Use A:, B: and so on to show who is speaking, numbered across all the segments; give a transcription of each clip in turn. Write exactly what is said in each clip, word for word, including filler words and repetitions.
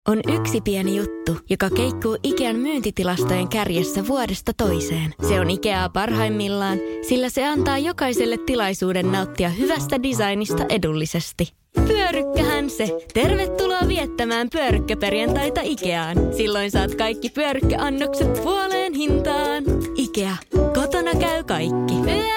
A: On yksi pieni juttu, joka keikkuu Ikean myyntitilastojen kärjessä vuodesta toiseen. Se on Ikeaa parhaimmillaan, sillä se antaa jokaiselle tilaisuuden nauttia hyvästä designista edullisesti. Pyörykkähän se! Tervetuloa viettämään pyörykkäperjantaita Ikeaan. Silloin saat kaikki pyörykkäannokset puoleen hintaan. Ikea. Kotona käy kaikki.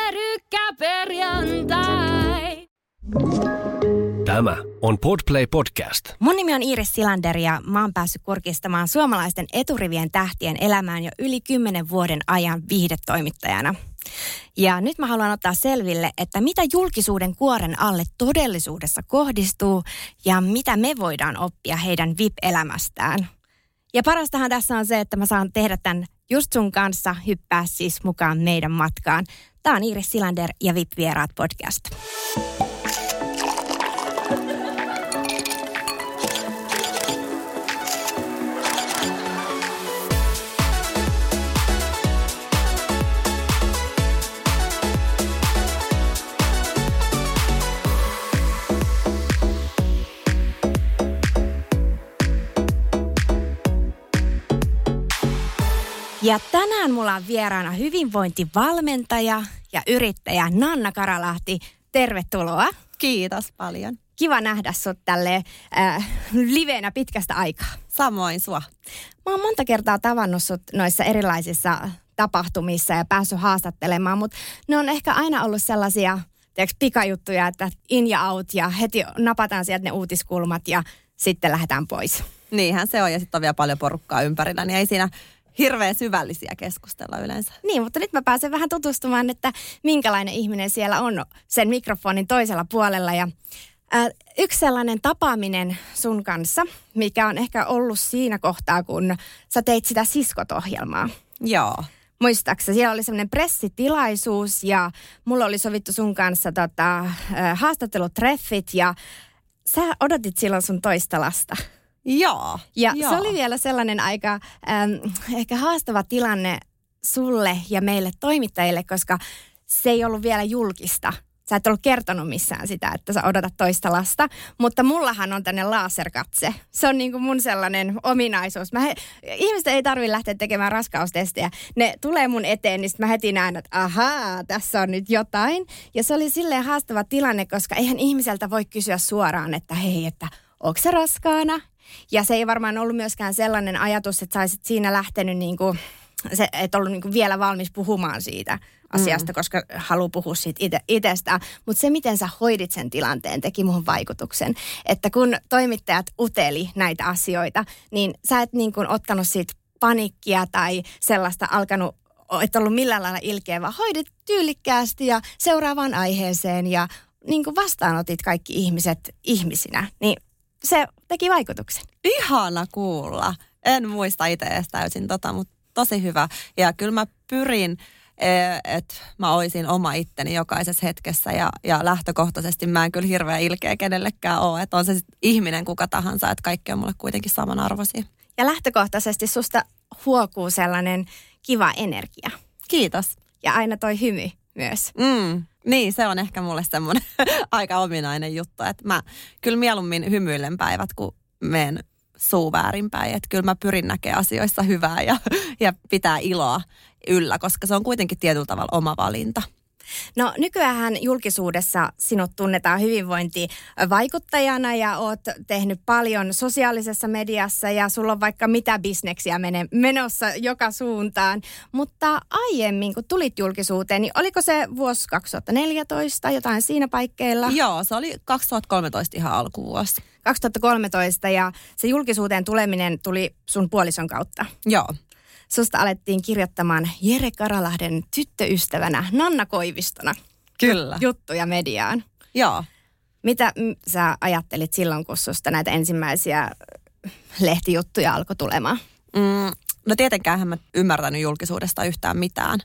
A: Pyörykkäperjantai!
B: Tämä on Podplay Podcast.
C: Mun nimi on Iiris Silander ja mä oon päässyt kurkistamaan suomalaisten eturivien tähtien elämään jo yli kymmenen vuoden ajan viihdetoimittajana. Ja nyt mä haluan ottaa selville, että mitä julkisuuden kuoren alle todellisuudessa kohdistuu ja mitä me voidaan oppia heidän V I P-elämästään. Ja parastahan tässä on se, että mä saan tehdä tämän just sun kanssa, hyppää siis mukaan meidän matkaan. Tää on Iiris Silander ja V I P-vieraat podcast. Ja tänään mulla on vieraana hyvinvointivalmentaja ja yrittäjä Nanna Karalahti. Tervetuloa.
D: Kiitos paljon.
C: Kiva nähdä sut tälleen äh, liveenä pitkästä aikaa.
D: Samoin sua.
C: Mä oon monta kertaa tavannut sut noissa erilaisissa tapahtumissa ja päässyt haastattelemaan, mutta ne on ehkä aina ollut sellaisia tiedätkö, pikajuttuja, että in ja out ja heti napataan sieltä ne uutiskulmat ja sitten lähdetään pois.
D: Niinhän se on ja sitten on vielä paljon porukkaa ympärillä, niin ei siinä hirveän syvällisiä keskustella yleensä.
C: Niin, mutta nyt mä pääsen vähän tutustumaan, että minkälainen ihminen siellä on sen mikrofonin toisella puolella. Ja, ää, yksi sellainen tapaaminen sun kanssa, mikä on ehkä ollut siinä kohtaa, kun sä teit sitä Siskot-ohjelmaa.
D: Joo.
C: Muistaaksä, siellä oli semmoinen pressitilaisuus ja mulla oli sovittu sun kanssa tota, ää, haastattelutreffit ja sä odotit silloin sun toista lasta.
D: Joo.
C: Ja
D: joo.
C: Se oli vielä sellainen aika ähm, ehkä haastava tilanne sulle ja meille toimittajille, koska se ei ollut vielä julkista. Sä et ollut kertonut missään sitä, että sä odotat toista lasta, mutta mullahan on tänne laserkatse. Se on niin kuin mun sellainen ominaisuus. Mä he, ihmiset ei tarvitse lähteä tekemään raskaustestejä. Ne tulee mun eteen, niin mä heti näen, että ahaa, tässä on nyt jotain. Ja se oli silleen haastava tilanne, koska eihän ihmiseltä voi kysyä suoraan, että hei, että ootko sä raskaana? Ja se ei varmaan ollut myöskään sellainen ajatus, että sä olisit siinä lähtenyt, niin kuin, se, et ollut niin kuin vielä valmis puhumaan siitä asiasta, mm. koska haluaa puhua siitä ite, itsestä. Mutta se, miten sä hoidit sen tilanteen, teki muhun vaikutuksen. Että kun toimittajat uteli näitä asioita, niin sä et niin kuin ottanut siitä panikkia tai sellaista alkanut, et ollut millään lailla ilkeä, vaan hoidit tyylikkäästi ja seuraavaan aiheeseen ja niin kuin vastaanotit kaikki ihmiset ihmisinä. Niin se teki vaikutuksen.
D: Ihana kuulla. En muista itse edes täysin tota, mutta tosi hyvä. Ja kyllä mä pyrin, että mä oisin oma itteni jokaisessa hetkessä ja, ja lähtökohtaisesti mä en kyllä hirveän ilkeä kenellekään ole. Että on se sit ihminen kuka tahansa, että kaikki on mulle kuitenkin samanarvoisia.
C: Ja lähtökohtaisesti susta huokuu sellainen kiva energia.
D: Kiitos.
C: Ja aina toi hymy myös.
D: Mm. Niin, se on ehkä mulle semmoinen aika ominainen juttu, että mä kyllä mieluummin hymyilen päivät, kun menen suu väärinpäin. Että kyllä mä pyrin näkemään asioissa hyvää ja, ja pitää iloa yllä, koska se on kuitenkin tietyllä tavalla oma valinta.
C: No nykyäänhän julkisuudessa sinut tunnetaan hyvinvointivaikuttajana ja oot tehnyt paljon sosiaalisessa mediassa ja sulla on vaikka mitä bisneksiä mene, menossa joka suuntaan. Mutta aiemmin kun tulit julkisuuteen, niin oliko se vuosi kaksituhattaneljätoista jotain siinä paikkeilla?
D: Joo, se oli kaksituhattakolmetoista ihan alkuvuosi.
C: kaksituhattakolmetoista ja se julkisuuteen tuleminen tuli sun puolison kautta.
D: Joo.
C: Susta alettiin kirjoittamaan Jere Karalahden tyttöystävänä Nanna Koivistona.
D: Kyllä.
C: Juttuja mediaan.
D: Joo.
C: Mitä m- sä ajattelit silloin, kun susta näitä ensimmäisiä lehtijuttuja alkoi tulemaan?
D: Mm, no tietenkäänhän mä ymmärtänyt julkisuudesta yhtään mitään.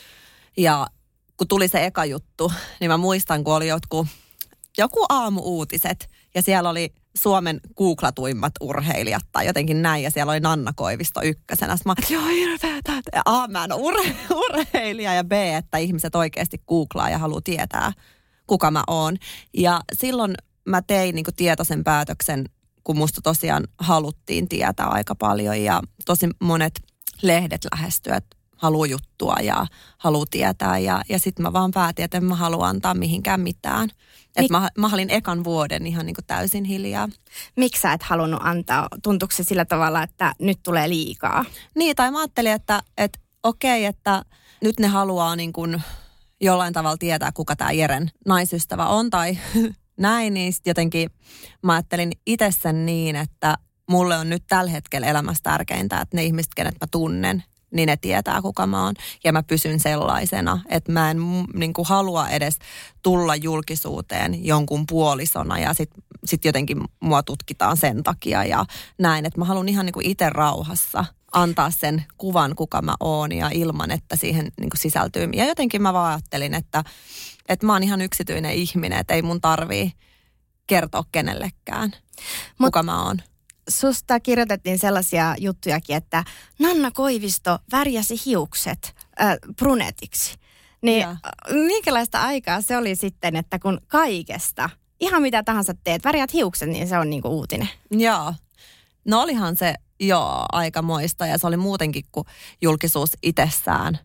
D: Ja kun tuli se eka juttu, niin mä muistan, kun oli jotkut, joku aamu-uutiset ja siellä oli Suomen googlatuimmat urheilijat tai jotenkin näin. Ja siellä oli Nanna Koivisto ykkösenä. Sitten mä joo, hirveetä. A, mä en ole ur- urheilija ja B, että ihmiset oikeasti googlaa ja haluaa tietää, kuka mä oon. Ja silloin mä tein niin kuin tietoisen päätöksen kun musta tosiaan haluttiin tietää aika paljon ja tosi monet lehdet lähestyä, että haluaa juttua ja haluaa tietää. Ja, ja sitten mä vaan päätin, että en mä halua antaa mihinkään mitään. Että mä, mä olin ekan vuoden ihan niin kuin täysin hiljaa.
C: Miksi sä et halunnut antaa? Tuntuuko se sillä tavalla, että nyt tulee liikaa?
D: Niin, tai mä ajattelin, että, että okei, että nyt ne haluaa niin kuin jollain tavalla tietää, kuka tämä Jeren naisystävä on tai näin. Niin sitten jotenkin mä ajattelin itse sen niin, että mulle on nyt tällä hetkellä elämässä tärkeintä, että ne ihmiset, kenet mä tunnen, niin ne tietää, kuka mä oon. Ja mä pysyn sellaisena, että mä en niin kuin halua edes tulla julkisuuteen jonkun puolisona ja sitten sit jotenkin mua tutkitaan sen takia ja näin. Että mä haluan ihan niin kuin itse rauhassa antaa sen kuvan, kuka mä oon ja ilman, että siihen niin kuin sisältyy. Ja jotenkin mä vaan ajattelin, että, että mä oon ihan yksityinen ihminen, että ei mun tarvii kertoa kenellekään,
C: Mut
D: kuka mä oon.
C: Susta kirjoitettiin sellaisia juttujakin, että Nanna Koivisto värjäsi hiukset äh, brunetiksi. Niin ja. Minkälaista aikaa se oli sitten, että kun kaikesta, ihan mitä tahansa teet, värjät hiukset, niin se on niinku uutinen.
D: Joo. No olihan se joo aikamoista ja se oli muutenkin, kun julkisuus itsessään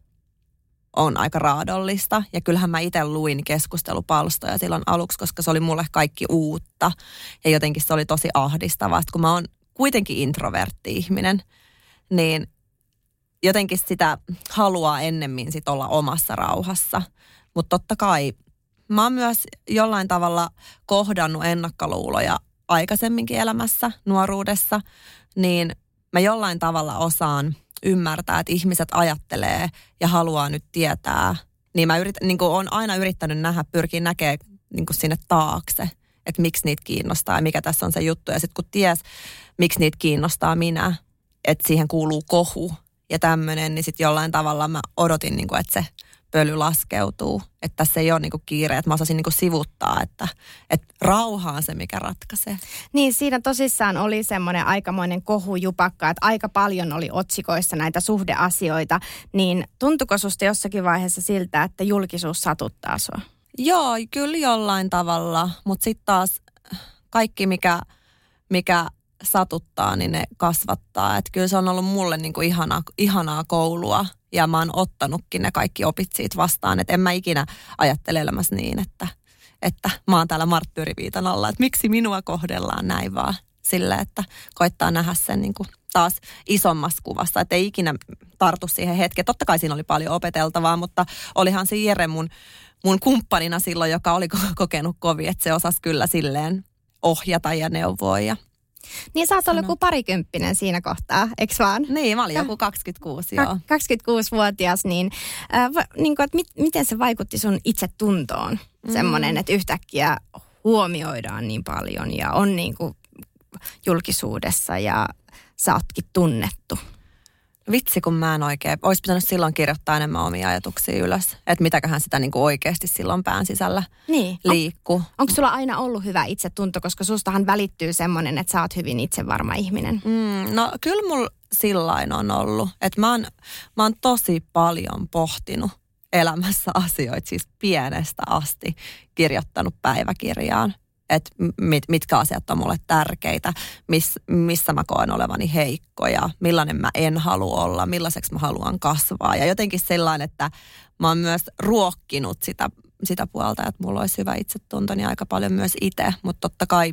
D: on aika raadollista. Ja kyllähän mä itse luin keskustelupalstoja silloin aluksi, koska se oli mulle kaikki uutta. Ja jotenkin se oli tosi ahdistavaa, kun mä oon kuitenkin introvertti ihminen, niin jotenkin sitä haluaa ennemmin sit olla omassa rauhassa. Mutta totta kai mä oon myös jollain tavalla kohdannut ennakkoluuloja aikaisemminkin elämässä, nuoruudessa, niin mä jollain tavalla osaan ymmärtää, että ihmiset ajattelee ja haluaa nyt tietää. Niin mä yritän, niin kuin olen aina yrittänyt nähdä, pyrkiä näkemään niin kuin sinne taakse, että miksi niitä kiinnostaa ja mikä tässä on se juttu. Ja sitten kun ties, miksi niitä kiinnostaa minä, että siihen kuuluu kohu ja tämmöinen, niin sitten jollain tavalla mä odotin, niin kuin, että se pöly laskeutuu. Että tässä ei ole niin kuin kiire, että mä osasin niin kuin sivuttaa, että, että rauha on se, mikä ratkaisee.
C: Niin, siinä tosissaan oli semmoinen aikamoinen kohujupakka, että aika paljon oli otsikoissa näitä suhdeasioita. Niin tuntuiko susta jossakin vaiheessa siltä, että julkisuus satuttaa sua?
D: Joo, kyllä jollain tavalla, mutta sitten taas kaikki, mikä, mikä satuttaa, niin ne kasvattaa. Että kyllä se on ollut mulle niin kuin ihanaa, ihanaa koulua. Ja mä oon ottanutkin ne kaikki opit siitä vastaan, että en mä ikinä ajattele elämässä niin, että, että mä oon täällä marttyyriviitan alla, että miksi minua kohdellaan näin vaan sillä, että koittaa nähdä sen niin kuin taas isommassa kuvassa, että ei ikinä tartu siihen hetkeen. Totta kai siinä oli paljon opeteltavaa, mutta olihan se Jere mun, mun kumppanina silloin, joka oli kokenut kovin, että se osasi kyllä silleen ohjata ja neuvoa ja
C: niin sä oot ollut joku parikymppinen siinä kohtaa, eikö vaan?
D: Niin, mä olin joku kaksikymmentäkuusi, joo.
C: kaksikymmentäkuusivuotias, niin, äh, niin kuin, että mit, miten se vaikutti sun itsetuntoon? Mm. Semmoinen, että yhtäkkiä huomioidaan niin paljon ja on niin kuin julkisuudessa ja sä ootkin tunnettu.
D: Vitsi, kun mä en oikein, olisi pitänyt silloin kirjoittaa enemmän omia ajatuksia ylös. Että mitäköhän sitä niin kuin oikeasti silloin pään sisällä
C: niin.
D: liikkuu.
C: On, onko sulla aina ollut hyvä itsetunto, koska sustahan välittyy semmoinen, että sä oot hyvin itsevarma ihminen?
D: Mm, no kyllä mulla sillain on ollut. Että mä oon, mä oon tosi paljon pohtinut elämässä asioita, siis pienestä asti kirjoittanut päiväkirjaan. Että mit, mitkä asiat on mulle tärkeitä, miss, missä mä koen olevani heikko ja millainen mä en halua olla, millaiseksi mä haluan kasvaa. Ja jotenkin sellainen, että mä oon myös ruokkinut sitä, sitä puolta, että mulla olisi hyvä itsetunto, niin aika paljon myös itse. Mutta totta kai,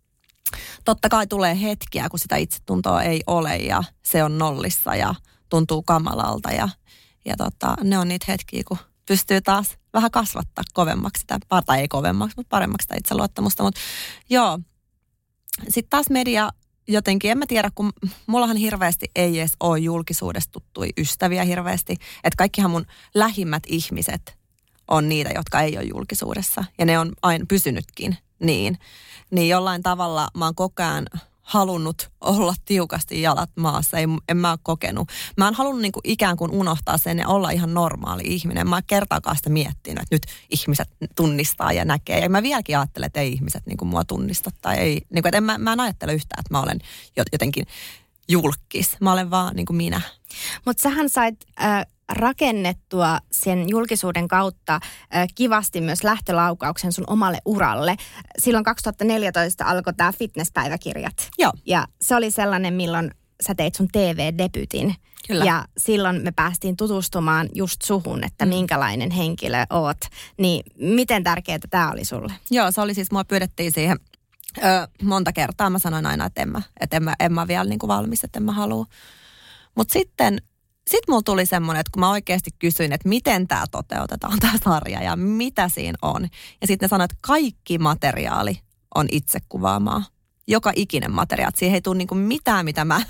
D: totta kai tulee hetkiä, kun sitä itsetuntoa ei ole ja se on nollissa ja tuntuu kamalalta. Ja, ja tota, ne on niitä hetkiä, kun pystyy taas vähän kasvattaa kovemmaksi sitä, tai ei kovemmaksi, mutta paremmaksi sitä itseluottamusta. Mutta joo, sitten taas media jotenkin, en mä tiedä, kun mullahan hirveästi ei edes ole julkisuudesta tuttui ystäviä hirveästi. Että kaikkihan mun lähimmät ihmiset on niitä, jotka ei ole julkisuudessa. Ja ne on aina pysynytkin niin. Niin jollain tavalla mä oon koko ajan halunnut olla tiukasti jalat maassa, ei, en mä ole kokenut. Mä oon halunnut niin kuin ikään kuin unohtaa sen ja olla ihan normaali ihminen. Mä oon kertaakaan sitä miettinyt, että nyt ihmiset tunnistaa ja näkee. Ja mä vieläkin ajattelen, että ei ihmiset niin kuin mua tunnista. Tai ei, niin kuin, että en, mä, mä en ajattele yhtään, että mä olen jotenkin julkis. Mä olen vaan niin kuin minä.
C: Mutta sähän sait äh, rakennettua sen julkisuuden kautta äh, kivasti myös lähtölaukauksen sun omalle uralle. Silloin kaksituhattaneljätoista alkoi tämä fitnesspäiväkirjat.
D: Joo.
C: Ja se oli sellainen, milloin sä teit sun T V-debytin.
D: Kyllä.
C: Ja silloin me päästiin tutustumaan just suhun, että mm. minkälainen henkilö oot. Niin miten tärkeää tämä oli sulle?
D: Joo, se oli siis, mua pyydettiin siihen ö, monta kertaa. Mä sanoin aina, että en mä, että en mä, en mä vielä niin kuin valmis, että en mä halua. Mutta sitten sit mulla tuli semmoinen, että kun mä oikeasti kysyin, että miten tämä toteutetaan, tämä sarja ja mitä siinä on. Ja sitten ne sanoivat, että kaikki materiaali on itse kuvaamaa. Joka ikinen materiaali. Siihen ei tule niinku mitään, mitä mä,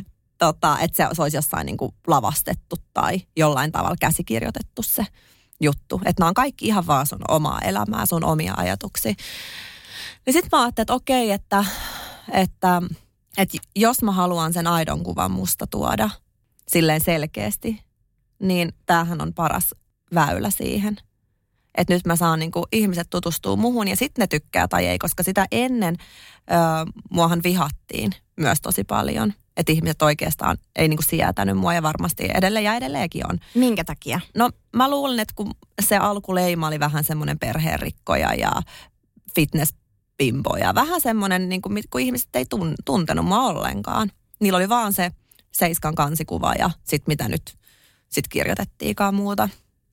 D: tota, että se olisi jossain niinku lavastettu tai jollain tavalla käsikirjoitettu se juttu. Että nämä on kaikki ihan vaan sun omaa elämää, sun omia ajatuksia. Niin sitten mä ajattelin, että okei, että, että, että jos mä haluan sen aidon kuvan musta tuoda silleen selkeästi, niin tämähän on paras väylä siihen. Että nyt mä saan niinku ihmiset tutustua muhun ja sitten ne tykkää tai ei, koska sitä ennen ö, muahan vihattiin myös tosi paljon. Että ihmiset oikeastaan ei niinku sietänyt mua ja varmasti edelleen ja edelleenkin on.
C: Minkä takia?
D: No mä luulen, että kun se alkuleima oli vähän semmoinen perheenrikkoja ja fitnesspimpo ja vähän semmoinen, niin kuin, kun ihmiset ei tun, tuntenut mua ollenkaan. Niillä oli vaan se Seiskan kansikuva ja sitten mitä nyt sit kirjoitettiinkaan muuta.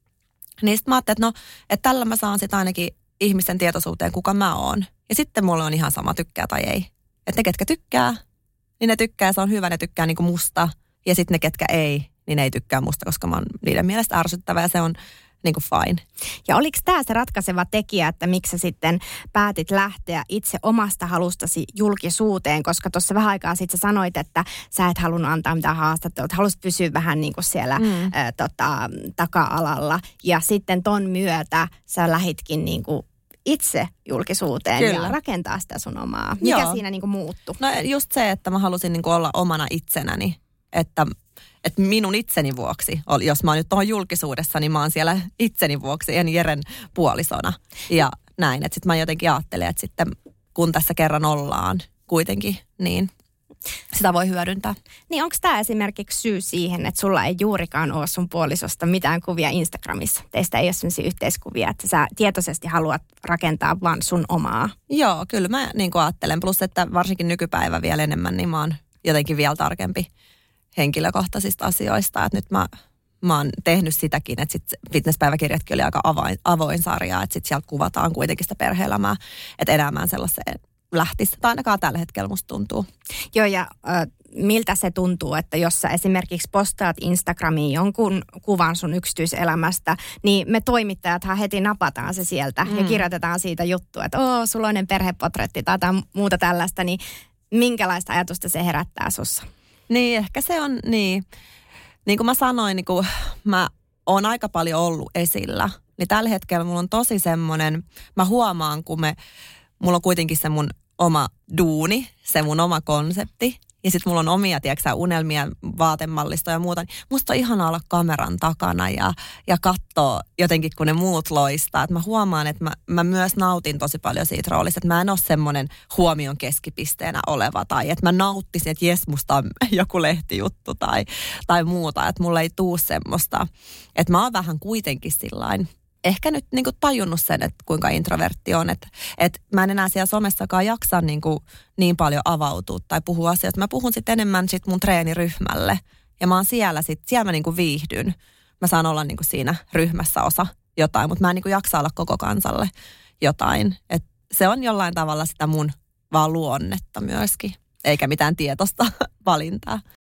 D: Niin sitten mä ajattelin, että no, että tällä mä saan sitten ainakin ihmisten tietoisuuteen, kuka mä oon. Ja sitten mulle on ihan sama, tykkää tai ei. Että ne, ketkä tykkää, niin ne tykkää, se on hyvä, ne tykkää niinku musta. Ja sitten ne, ketkä ei, niin ne ei tykkää musta, koska mä oon niiden mielestä ärsyttävä ja se on niinku fine.
C: Ja oliko tämä se ratkaiseva tekijä, että miksi sä sitten päätit lähteä itse omasta halustasi julkisuuteen, koska tuossa vähän aikaa sitten sä sanoit, että sä et halunnut antaa mitään haastattelua, että halusit pysyä vähän niin kuin siellä mm. ä, tota, taka-alalla. Ja sitten ton myötä sä lähitkin niin kuin itse julkisuuteen Kyllä. ja rakentaa sitä sun omaa. Mikä Joo. siinä niin kuin muuttui?
D: No just se, että mä halusin niin kuin olla omana itsenäni, että että minun itseni vuoksi, jos mä oon nyt tuohon julkisuudessa, niin mä oon siellä itseni vuoksi, en Jeren puolisona. Ja näin, että sitten mä jotenkin ajattelen, että sitten kun tässä kerran ollaan kuitenkin, niin sitä voi hyödyntää.
C: Niin onko tämä esimerkiksi syy siihen, että sulla ei juurikaan ole sun puolisosta mitään kuvia Instagramissa? Teistä ei ole sellaisia yhteiskuvia, että sä tietoisesti haluat rakentaa vaan sun omaa.
D: Joo, kyllä mä niin kuin ajattelen. Plus, että varsinkin nykypäivä vielä enemmän, niin mä oon jotenkin vielä tarkempi henkilökohtaisista asioista. Että nyt mä, mä oon tehnyt sitäkin, että sit fitnesspäiväkirjatkin oli aika avoin, avoin sarja, että sit sieltä kuvataan kuitenkin sitä perhe-elämää, että enää sellaiseen lähtisi. Tai ainakaan tällä hetkellä musta tuntuu.
C: Joo, ja äh, miltä se tuntuu, että jos sä esimerkiksi postaat Instagramiin jonkun kuvan sun yksityiselämästä, niin me toimittajathan heti napataan se sieltä mm. ja kirjoitetaan siitä juttua, että oo, suloinen perhepotretti tai muuta tällaista, niin minkälaista ajatusta se herättää sussa?
D: Niin, ehkä se on niin. Niin kuin mä sanoin, niin kuin mä oon aika paljon ollut esillä, niin tällä hetkellä mulla on tosi semmoinen, mä huomaan, kun me, mulla on kuitenkin se mun oma duuni, se mun oma konsepti, ja sitten mulla on omia, tiedätkö, unelmia, vaatemallistoja ja muuta. Niin musta on ihana olla kameran takana ja, ja katsoa jotenkin, kun ne muut loistaa. Et mä huomaan, että mä, mä myös nautin tosi paljon siitä roolista, että mä en ole semmoinen huomion keskipisteenä oleva. Tai että mä nauttisin, että jes, musta on joku lehtijuttu tai, tai muuta. Että mulla ei tuu semmoista. Että mä oon vähän kuitenkin sillain. Ehkä nyt niin kuin tajunnut sen, että kuinka introvertti on. Että, että mä en enää siellä somessakaan jaksa niin, kuin niin paljon avautua tai puhua asioista. Mä puhun sitten enemmän sit mun treeniryhmälle. Ja mä oon siellä sitten, siellä mä niin kuin viihdyn. Mä saan olla niin kuin siinä ryhmässä osa jotain, mutta mä en niin kuin jaksa olla koko kansalle jotain. Et se on jollain tavalla sitä mun vaan luonnetta myöskin, eikä mitään tietoista valintaa.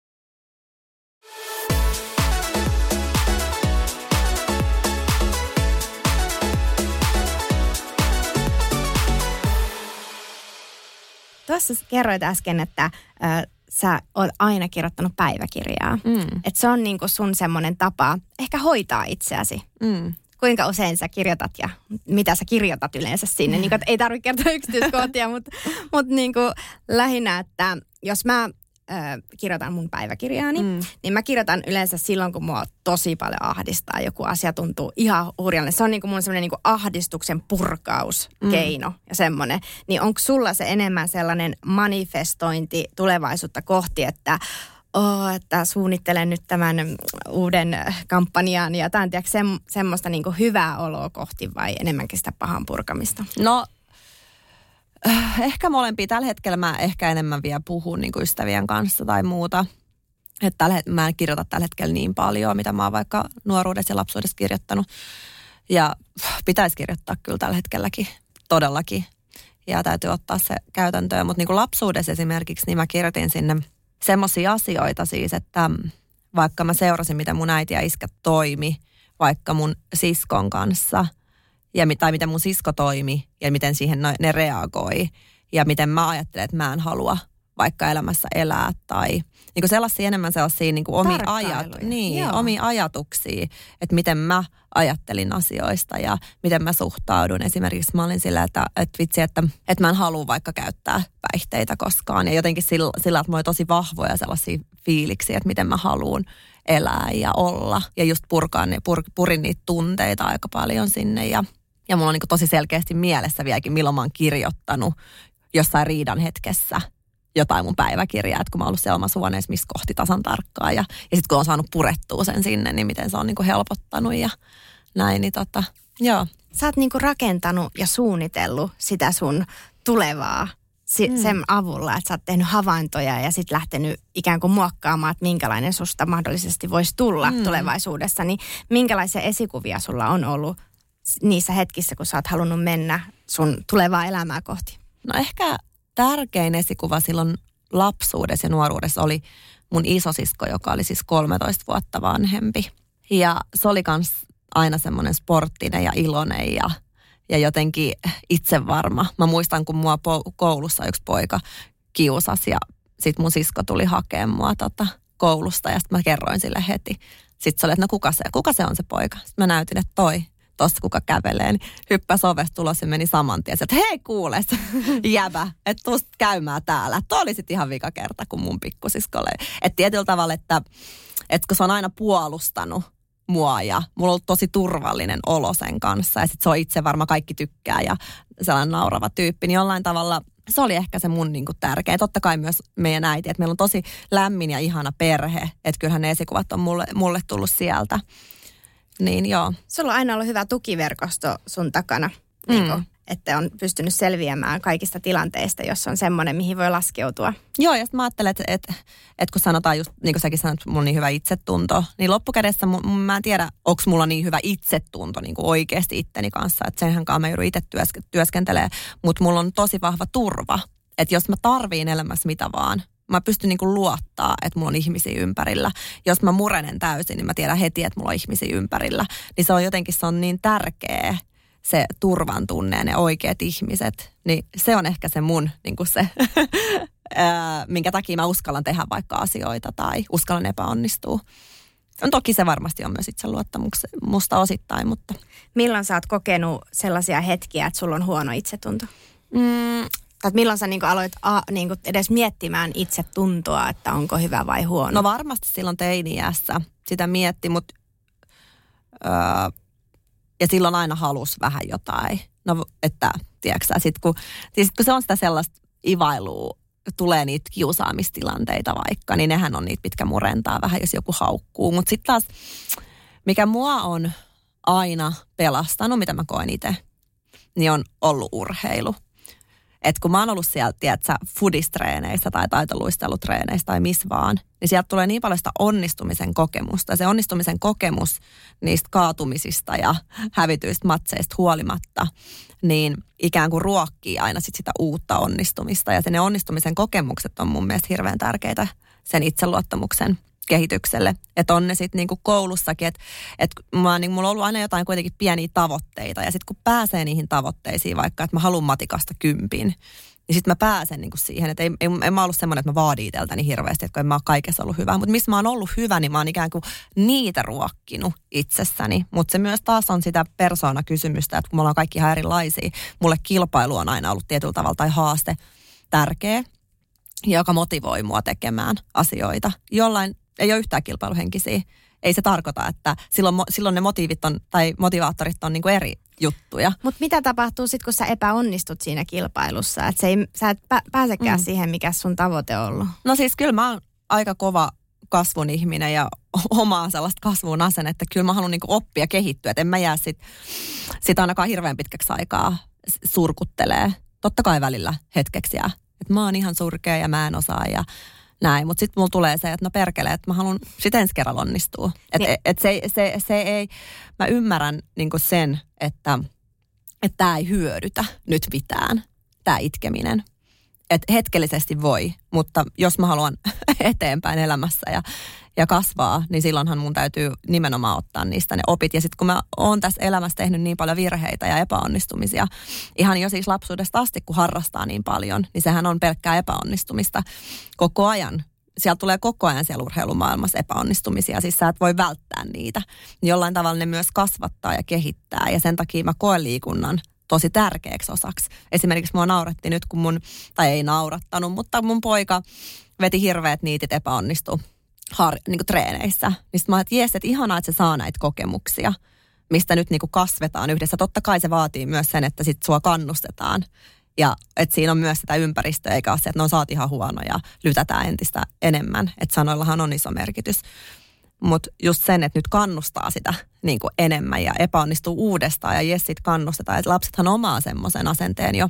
C: Tuossa kerroit äsken, että äh, sä oot aina kirjoittanut päiväkirjaa. Mm. Että se on niinku sun semmoinen tapa ehkä hoitaa itseäsi. Mm. Kuinka usein sä kirjoitat ja mitä sä kirjoitat yleensä sinne? Mm. Niin, ei tarvitse kertoa yksityiskohtia, mutta mut niinku lähinnä, että jos mä äh, kirjoitan mun päiväkirjaani, mm. niin mä kirjoitan yleensä silloin, kun mua tosi paljon ahdistaa. Joku asia tuntuu ihan hurjalle. Se on niinku mun semmoinen niinku ahdistuksen purkauskeino mm. ja semmoinen. Niin onko sulla se enemmän sellainen manifestointi tulevaisuutta kohti, että oh, että suunnittelen nyt tämän uuden kampanjan ja tämän, tiedätkö, se, semmoista niin kuin hyvää oloa kohti vai enemmänkin sitä pahan purkamista?
D: No, äh, ehkä molempia. Tällä hetkellä mä ehkä enemmän vielä puhun niin kuin ystävien kanssa tai muuta. Että tällä, mä en kirjoita tällä hetkellä niin paljon, mitä mä oon vaikka nuoruudessa ja lapsuudessa kirjoittanut. Ja pitäisi kirjoittaa kyllä tällä hetkelläkin, todellakin. Ja täytyy ottaa se käytäntöön. Mutta niin kuin lapsuudessa esimerkiksi, niin mä kirjoitin sinne semmoisia asioita siis, että vaikka mä seurasin, miten mun äiti ja iskä toimi, vaikka mun siskon kanssa, ja, tai miten mun sisko toimi, ja miten siihen ne reagoi, ja miten mä ajattelen, että mä en halua vaikka elämässä elää, tai niin kuin sellaisia enemmän sellaisia niin kuin omia, ajat, niin, omia ajatuksia, että miten mä ajattelin asioista ja miten mä suhtaudun. Esimerkiksi mä olin sillä, että, että vitsi, että, että mä en halua vaikka käyttää päihteitä koskaan. Ja jotenkin sillä, sillä että mulla oli tosi vahvoja sellaisia fiiliksiä, että miten mä haluan elää ja olla. Ja just purkaa, pur, purin niitä tunteita aika paljon sinne. Ja, ja mulla on niin kuin tosi selkeästi mielessä vieläkin, milloin mä oon kirjoittanut jossain riidan hetkessä jotain mun päiväkirjaa, että kun mä oon ollut siellä omassa huoneessa, missä kohti tasan tarkkaan. Ja, ja sitten kun on saanut purettua sen sinne, niin miten se on niinku helpottanut ja näin, niin tota, joo.
C: Sä oot niinku rakentanut ja suunnitellut sitä sun tulevaa si- mm. sen avulla, että sä oot tehnyt havaintoja ja sitten lähtenyt ikään kuin muokkaamaan, että minkälainen susta mahdollisesti voisi tulla mm. tulevaisuudessa. Niin minkälaisia esikuvia sulla on ollut niissä hetkissä, kun sä oot halunnut mennä sun tulevaa elämää kohti?
D: No ehkä tärkein esikuva silloin lapsuudessa ja nuoruudessa oli mun isosisko, joka oli siis kolmetoista vuotta vanhempi. Ja se oli kans aina semmoinen sporttinen ja iloinen ja, ja jotenkin itsevarma. Mä muistan, kun mua po- koulussa yksi poika kiusasi ja sit mun sisko tuli hakemaan mua tota koulusta ja sit mä kerroin sille heti. Sitten se oli, että no kuka se, kuka se on se poika? Sitten mä näytin, että toi. Tuossa kuka kävelee, niin hyppäsi ovesta ulos ja meni saman tien. Että hei kuule, jäbä, että tuust käymään täällä. Tuo oli sitten ihan vika kerta, kun mun pikkusiskolle. Että tietyllä tavalla, että, että kun se on aina puolustanut mua ja mulla on ollut tosi turvallinen olo sen kanssa. Ja sitten se on itse varma, kaikki tykkää ja sellainen naurava tyyppi. Niin jollain tavalla se oli ehkä se mun niinku tärkeä. Totta kai myös meidän äiti, että meillä on tosi lämmin ja ihana perhe. Että kyllähän ne esikuvat on mulle, mulle tullut sieltä. Niin joo.
C: Sulla on aina ollut hyvä tukiverkosto sun takana, mm. niin kun, että on pystynyt selviämään kaikista tilanteista, jos on semmoinen, mihin voi laskeutua.
D: Joo, ja sitten mä ajattelen, että, että, että kun sanotaan just, niin kuin säkin sanoit, että mulla on niin hyvä itsetunto, niin loppukädessä mä en tiedä, onko mulla niin hyvä itsetunto niin kuin oikeasti itteni kanssa, että senhän mä joudun itse työskentelemään, mutta mulla on tosi vahva turva, että jos mä tarviin elämässä mitä vaan, mä pystyn niinku luottaa, että mulla on ihmisiä ympärillä. Jos mä murenen täysin, niin mä tiedän heti, että mulla on ihmisiä ympärillä. Niin se on jotenkin, se on niin tärkeä se turvan tunne ja ne oikeat ihmiset. Niin se on ehkä se mun, niinku se, minkä takia mä uskallan tehdä vaikka asioita tai uskallan epäonnistua. No, toki se varmasti on myös itseluottamusta osittain, mutta...
C: Milloin sä oot kokenut sellaisia hetkiä, että sulla on huono itsetunto?
D: Mm,
C: Tai milloin sä niinku aloit a, niinku edes miettimään itsetuntoa, että onko hyvä vai huono?
D: No varmasti silloin teini-iässä sitä mietti, mutta öö, ja silloin aina halusi vähän jotain. No että, tiedätkö sä, sit kun, sit kun se on sitä sellaista ivailua, tulee niitä kiusaamistilanteita vaikka, niin nehän on niitä, mitkä murentaa vähän, jos joku haukkuu. Mutta sitten taas, mikä mua on aina pelastanut, mitä mä koen itse, niin on ollut urheilu. Että kun mä oon ollut siellä, tiedätkö, foodistreeneissä tai taitoluistelutreeneissä tai missä vaan, niin sieltä tulee niin paljon sitä onnistumisen kokemusta. Ja se onnistumisen kokemus niistä kaatumisista ja hävityistä matseista huolimatta, niin ikään kuin ruokkii aina sit sitä uutta onnistumista. Ja se ne onnistumisen kokemukset on mun mielestä hirveän tärkeitä sen itseluottamuksen kehitykselle. Että on ne sitten niinku koulussakin, että et niin mulla on ollut aina jotain kuitenkin pieniä tavoitteita. Ja sitten kun pääsee niihin tavoitteisiin, vaikka että mä haluan matikasta kympin, niin sitten mä pääsen niinku siihen, että ei, ei, en mä ollut semmoinen, että mä vaadin iteltäni hirveästi, että en mä ole kaikessa ollut hyvä. Mutta missä mä oon ollut hyvä, niin mä oon ikään kuin niitä ruokkinut itsessäni. Mutta se myös taas on sitä persoonakysymystä, että kun me ollaan kaikki ihan erilaisia, mulle kilpailu on aina ollut tietyllä tavalla tai haaste tärkeä, joka motivoi mua tekemään asioita. Jollain ei ole yhtään kilpailuhenkisiä. Ei se tarkoita, että silloin, silloin ne motiivit on, tai motivaattorit on niin kuin eri juttuja.
C: Mutta mitä tapahtuu sitten, kun sä epäonnistut siinä kilpailussa? Että sä et pä- pääsekään mm. siihen, mikä sun tavoite on ollut.
D: No siis kyllä mä oon aika kova kasvun ihminen ja omaa sellaista kasvun asennetta. Kyllä mä haluan niinku oppia kehittyä, että en mä jää sit, sit ainakaan hirveän pitkäksi aikaa surkuttelee. Totta kai välillä hetkeksi jää, että mä oon ihan surkea ja mä en osaa ja näin. Mutta sitten mulla tulee se, että no perkele, että mä haluan sit ensi kerralla onnistua. Että et, et se, se, se ei, mä ymmärrän niinku sen, että että tää ei hyödytä nyt mitään, tää itkeminen. Että hetkellisesti voi, mutta jos mä haluan eteenpäin elämässä ja, ja kasvaa, niin silloinhan mun täytyy nimenomaan ottaa niistä ne opit. Ja sitten kun mä oon tässä elämässä tehnyt niin paljon virheitä ja epäonnistumisia, ihan jo siis lapsuudesta asti, kun harrastaa niin paljon, niin sehän on pelkkää epäonnistumista koko ajan. Sieltä tulee koko ajan siellä urheilumaailmassa epäonnistumisia, siis sä et voi välttää niitä. Jollain tavalla ne myös kasvattaa ja kehittää ja sen takia mä koen liikunnan tosi tärkeäksi osaksi. Esimerkiksi mua nauratti nyt, kun mun, tai ei naurattanut, mutta mun poika veti hirveät niitit epäonnistu har, niin kuin treeneissä. Niin sit mä ajattelin, että jes, että ihanaa, että se saa näitä kokemuksia, mistä nyt niin kuin kasvetaan yhdessä. Totta kai se vaatii myös sen, että sit sua kannustetaan. Ja että siinä on myös sitä ympäristöä, eikä ole se, että no sä oot ihan huono ja lytätään entistä enemmän. Että sanoillahan on iso merkitys. Mutta just sen, että nyt kannustaa sitä niin kuin enemmän ja epäonnistuu uudestaan ja jes sit kannustetaan. Että lapsethan omaa semmoisen asenteen jo,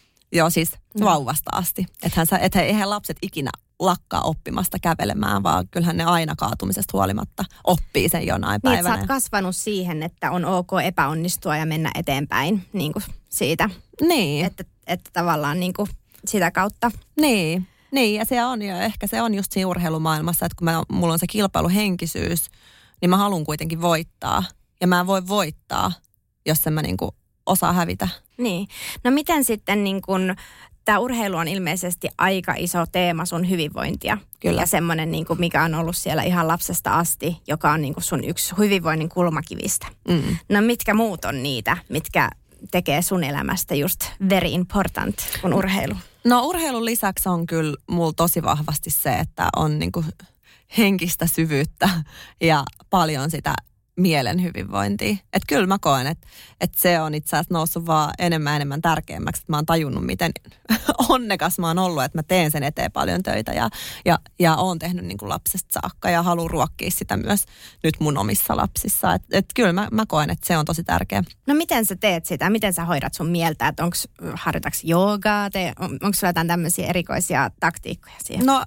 D: jo siis mm. vauvasta asti. Että et eihän lapset ikinä lakkaa oppimasta kävelemään, vaan kyllähän ne aina kaatumisesta huolimatta oppii sen jonain päivänä.
C: Niin, että sä oot kasvanut siihen, että on ok epäonnistua ja mennä eteenpäin niin kuin siitä.
D: Niin.
C: Että, että tavallaan niin kuin sitä kautta.
D: Niin. Niin, ja se on, ja ehkä se on just siinä urheilumaailmassa, että kun mä, mulla on se kilpailuhenkisyys, niin mä haluan kuitenkin voittaa. Ja mä en voi voittaa, jos en mä niinku osaa hävitä.
C: Niin. No miten sitten niin kun, tämä urheilu on ilmeisesti aika iso teema sun hyvinvointia.
D: Kyllä.
C: Ja semmoinen, niin kuin mikä on ollut siellä ihan lapsesta asti, joka on niin kuin sun yksi hyvinvoinnin kulmakivistä. Mm. No mitkä muut on niitä, mitkä tekee sun elämästä just very important kuin urheilu?
D: No urheilun lisäksi on kyllä mulla tosi vahvasti se, että on niinku henkistä syvyyttä ja paljon sitä mielen hyvinvointia. Että kyllä mä koen, että, että se on itse asiassa noussut vaan enemmän enemmän tärkeämmäksi. Että mä oon tajunnut, miten onnekas mä oon ollut, että mä teen sen eteen paljon töitä ja, ja, ja oon tehnyt niin kuin lapsesta saakka ja haluan ruokkia sitä myös nyt mun omissa lapsissa. Että et kyllä mä, mä koen, että se on tosi tärkeä.
C: No miten sä teet sitä? Miten sä hoidat sun mieltä? Että onko harjoitaks joogaa? On, onko sulla jotain tämmöisiä erikoisia taktiikkoja siihen?
D: No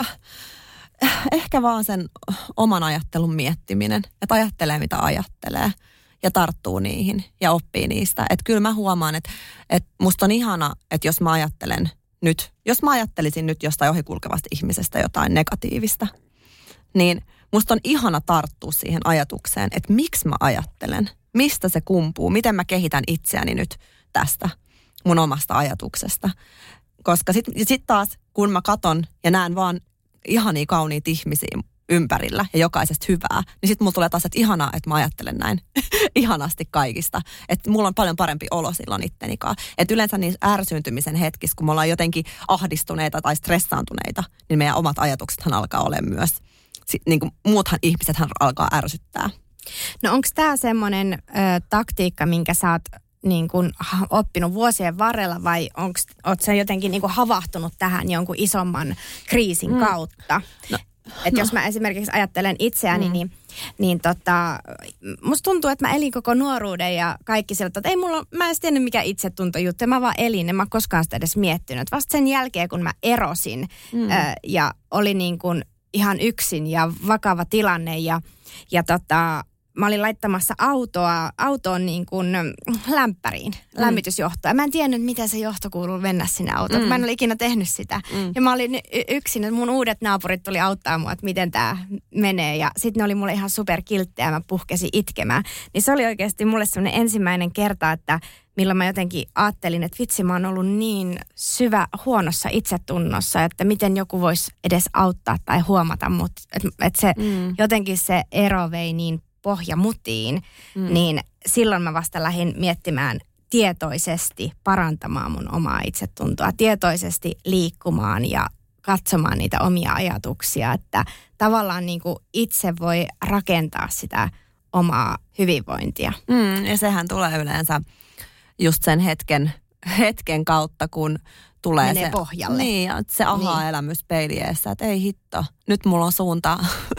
D: ehkä vaan sen oman ajattelun miettiminen, että ajattelee mitä ajattelee ja tarttuu niihin ja oppii niistä. Että kyllä mä huomaan, että, että musta on ihana, että jos mä ajattelen nyt, jos mä ajattelisin nyt jostain ohikulkevasta ihmisestä jotain negatiivista, niin musta on ihana tarttua siihen ajatukseen, että miksi mä ajattelen, mistä se kumpuu, miten mä kehitän itseäni nyt tästä mun omasta ajatuksesta. Koska sitten sit taas, kun mä katon ja näen vaan ihania kauniita ihmisiä ympärillä ja jokaisesta hyvää, niin sitten mulla tulee taas, että ihanaa, että mä ajattelen näin ihanasti kaikista. Että mulla on paljon parempi olo silloin ittenikaan. Että yleensä niissä ärsyyntymisen hetkissä, kun me ollaan jotenkin ahdistuneita tai stressaantuneita, niin meidän omat ajatuksethan alkaa olemaan myös, niin kuin muuthan ihmisethän alkaa ärsyttää.
C: No onko tämä semmoinen ö, taktiikka, minkä sä oot niin kuin oppinut vuosien varrella vai oletko sä jotenkin niin kuin havahtunut tähän jonkun isomman kriisin mm. kautta? No, että no. Jos mä esimerkiksi ajattelen itseäni, mm. niin, niin tota, musta tuntuu, että mä elin koko nuoruuden ja kaikki sieltä, että ei mulla, mä en edes tiennyt mikä itsetuntojuttu, mä vaan elin, en mä koskaan sitä edes miettinyt. Vasta sen jälkeen, kun mä erosin mm. ää, ja oli niin kuin ihan yksin ja vakava tilanne ja, ja tota... Mä olin laittamassa autoa, autoon niin kuin lämpäriin, mm. lämmitysjohtoa. Mä en tiennyt, miten se johto kuuluu mennä sinne autoon. Mm. Mä en ole ikinä tehnyt sitä. Mm. Ja mä olin yksin, että mun uudet naapurit tuli auttaa mua, että miten tää menee. Ja sitten ne oli mulle ihan superkilttejä ja mä puhkesin itkemään. Niin se oli oikeasti mulle semmoinen ensimmäinen kerta, että milloin mä jotenkin ajattelin, että vitsi, mä oon ollut niin syvä huonossa itsetunnossa, että miten joku voisi edes auttaa tai huomata mut. Että et se mm. jotenkin se ero vei niin pohjamutiin, mm. niin silloin mä vasta lähdin miettimään tietoisesti parantamaan mun omaa itsetuntoa, tietoisesti liikkumaan ja katsomaan niitä omia ajatuksia, että tavallaan niin kuin itse voi rakentaa sitä omaa hyvinvointia.
D: Mm, ja sehän tulee yleensä just sen hetken, hetken kautta, kun tulee
C: menee
D: se
C: pohjalle.
D: Niin, se aha-elämys peili eessä, että ei hitto, nyt mulla on suunta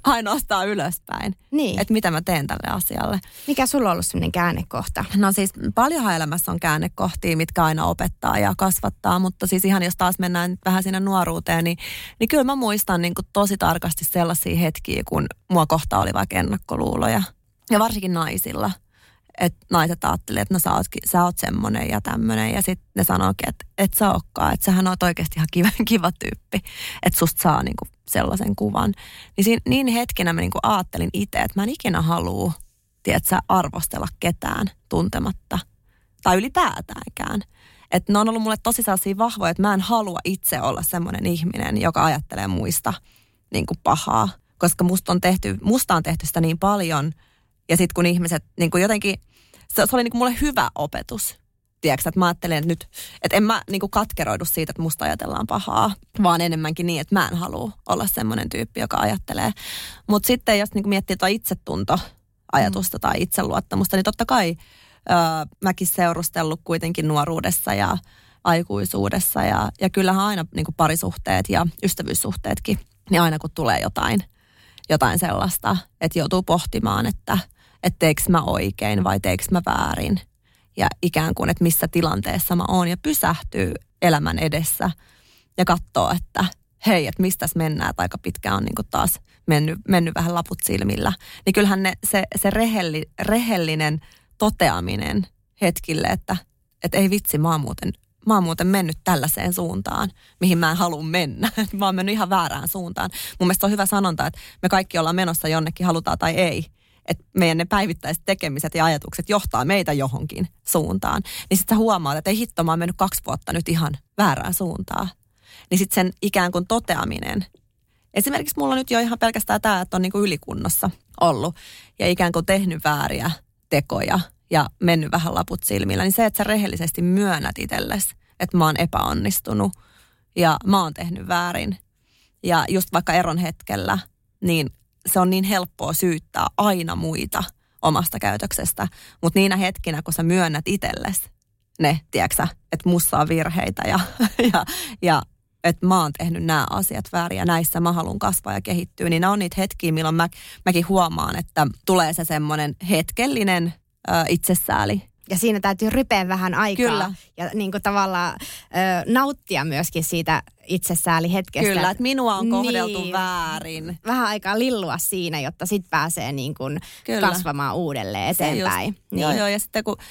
D: ainoastaan ylöspäin.
C: Niin.
D: Että mitä mä teen tälle asialle.
C: Mikä sulla on ollut sellainen käännekohta?
D: No siis paljonhan elämässä on käännekohtia, mitkä aina opettaa ja kasvattaa, mutta siis ihan jos taas mennään vähän sinne nuoruuteen, niin, niin kyllä mä muistan niin kuin tosi tarkasti sellaisia hetkiä, kun mua kohtaan oli vaikka ennakkoluuloja. Ja varsinkin naisilla. Että naiset ajattelivat, että no sä oot, sä oot semmoinen ja tämmöinen. Ja sitten ne sanookin, että et sä ootkaan, että sähän oot oikeasti ihan kiva, kiva tyyppi. Että susta saa niinku sellaisen kuvan. Niin siinä, niin hetkinä mä niinku ajattelin itse, että mä en ikinä halua, tiedätkö, arvostella ketään tuntematta. Tai ylipäätäänkään. Että ne on ollut mulle tosi sellaisia vahvoja, että mä en halua itse olla semmoinen ihminen, joka ajattelee muista niinku pahaa. Koska musta on tehty, musta on tehty sitä niin paljon. Ja sitten kun ihmiset niin kuin jotenkin, se, se oli niin kuin mulle hyvä opetus. Tiedätkö, että mä ajattelen, että nyt, että en mä niin kuin katkeroidu siitä, että musta ajatellaan pahaa, vaan enemmänkin niin, että mä en halua olla semmoinen tyyppi, joka ajattelee. Mutta sitten jos niin kuin miettii tuota itsetuntoajatusta mm. tai itseluottamusta, niin totta kai ö, mäkin seurustellut kuitenkin nuoruudessa ja aikuisuudessa. Ja, ja kyllähän aina niin kuin parisuhteet ja ystävyyssuhteetkin, niin aina kun tulee jotain, jotain sellaista, että joutuu pohtimaan, että että teekö mä oikein vai teekö mä väärin. Ja ikään kuin, että missä tilanteessa mä oon ja pysähtyy elämän edessä ja katsoo, että hei, että mistäs mennään, että aika pitkään on niin kuin taas mennyt, mennyt vähän laput silmillä. Niin kyllähän ne, se, se rehelli, rehellinen toteaminen hetkille, että, että ei vitsi, mä oon muuten, mä oon muuten mennyt tällaiseen suuntaan, mihin mä en halua mennä. Mä oon mennyt ihan väärään suuntaan. Mun mielestä on hyvä sanonta, että me kaikki ollaan menossa jonnekin, halutaan tai ei. Että meidän ne päivittäiset tekemiset ja ajatukset johtaa meitä johonkin suuntaan. Niin sitten sä huomaat, että ei hitto, mä oon mennyt kaksi vuotta nyt ihan väärään suuntaan. Niin sitten sen ikään kuin toteaminen. Esimerkiksi mulla on nyt jo ihan pelkästään tämä, että on niin kuin ylikunnossa ollut ja ikään kuin tehnyt vääriä tekoja ja mennyt vähän laput silmillä. Niin se, että sä rehellisesti myönnät itsellesi, että mä oon epäonnistunut ja mä oon tehnyt väärin. Ja just vaikka eron hetkellä, niin se on niin helppoa syyttää aina muita omasta käytöksestä. Mutta niinä hetkinä, kun sä myönnät itsellesi ne, tiedätkö, että mussa on virheitä ja, ja, ja että mä oon tehnyt nämä asiat väärin ja näissä mä haluan kasvaa ja kehittyä, niin nämä on niitä hetkiä, milloin mä, mäkin huomaan, että tulee se semmoinen hetkellinen ö, itsesääli.
C: Ja siinä täytyy rypeä vähän aikaa.
D: Kyllä.
C: Ja niin kuin tavallaan ö, nauttia myöskin siitä itsesäälihetkestä.
D: Kyllä, että minua on kohdeltu
C: niin,
D: väärin.
C: Vähän aikaa lillua siinä, jotta sit pääsee niin kuin kasvamaan uudelleen eteenpäin. Niin.
D: Joo, joo, ja sitten kun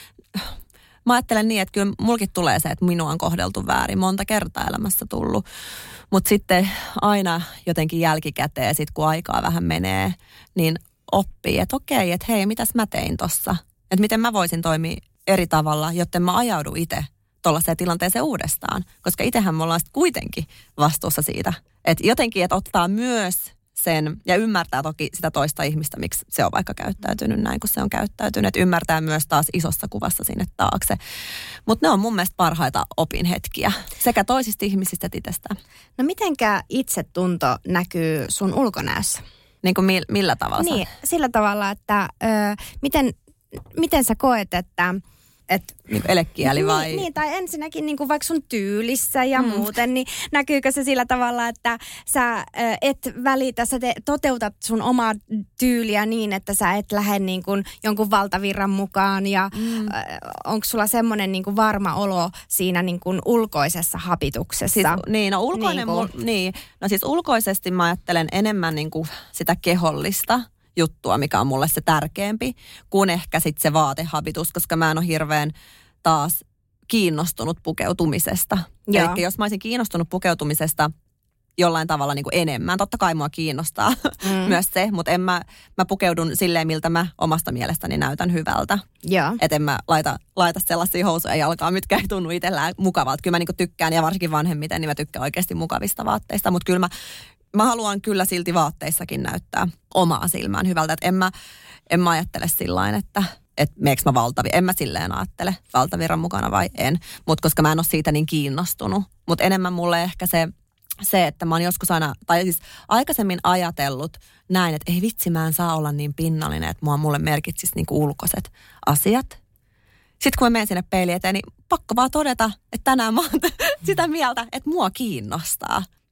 D: mä ajattelen niin, että kyllä mulkin tulee se, että minua on kohdeltu väärin. Monta kertaa elämässä tullut. Mutta sitten aina jotenkin jälkikäteen, sit kun aikaa vähän menee, niin oppii, että okei, että hei, mitäs mä tein tossa? Että miten mä voisin toimia eri tavalla, jotta mä ajaudu itse tuollaiseen tilanteeseen uudestaan. Koska itsehän me ollaan sitten kuitenkin vastuussa siitä. Että jotenkin, että ottaa myös sen ja ymmärtää toki sitä toista ihmistä, miksi se on vaikka käyttäytynyt näin, kun se on käyttäytynyt. Että ymmärtää myös taas isossa kuvassa sinne taakse. Mutta ne on mun mielestä parhaita opinhetkiä sekä toisista ihmisistä että itsestään.
C: No mitenkä itsetunto näkyy sun ulkonäössä?
D: Niin kuin mi- millä tavalla?
C: Niin, sillä tavalla, että ö, miten... Miten sä koet, että... Et,
D: niin elekieli vai?
C: Niin, niin, tai ensinnäkin niin kuin vaikka sun tyylissä ja mm. muuten, niin näkyykö se sillä tavalla, että sä äh, et välitä, sä te, toteutat sun omaa tyyliä niin, että sä et lähde niin kuin jonkun valtavirran mukaan ja mm. äh, onko sulla semmoinen niin kuin varma olo siinä niin kuin ulkoisessa habituksessa?
D: Siis, niin, no ulkoinen,
C: niin, kuin,
D: mul, niin, no siis ulkoisesti mä ajattelen enemmän niin kuin sitä kehollista juttua, mikä on mulle se tärkeämpi, kuin ehkä sitten se vaatehabitus, koska mä en ole hirveän taas kiinnostunut pukeutumisesta. Eli jos mä olisin kiinnostunut pukeutumisesta jollain tavalla niin kuin enemmän, totta kai mua kiinnostaa mm. myös se, mutta en mä, mä pukeudun silleen, miltä mä omasta mielestäni näytän hyvältä. Että en mä laita, laita sellaisia housuja jalkaan, mitkä ei tunnu itsellään mukavalta. Kyllä mä niin kuin tykkään, ja varsinkin vanhemmiten, niin mä tykkään oikeasti mukavista vaatteista, mutta kyllä mä Mä haluan kyllä silti vaatteissakin näyttää omaa silmään hyvältä. Että en mä, en mä ajattele sillain, että et meekö mä valtavi. En mä silleen ajattele valtavirran mukana vai en. Mutta koska mä en ole siitä niin kiinnostunut. Mutta enemmän mulle ehkä se, se, että mä oon joskus aina, tai siis aikaisemmin ajatellut näin, että ei vitsi, mä en saa olla niin pinnallinen, että mua mulle merkitsisi niinku ulkoiset asiat. Sitten kun mä menen sinne peilin eteen, niin pakko vaan todeta, että tänään mä oon sitä mieltä, että mua kiinnostaa.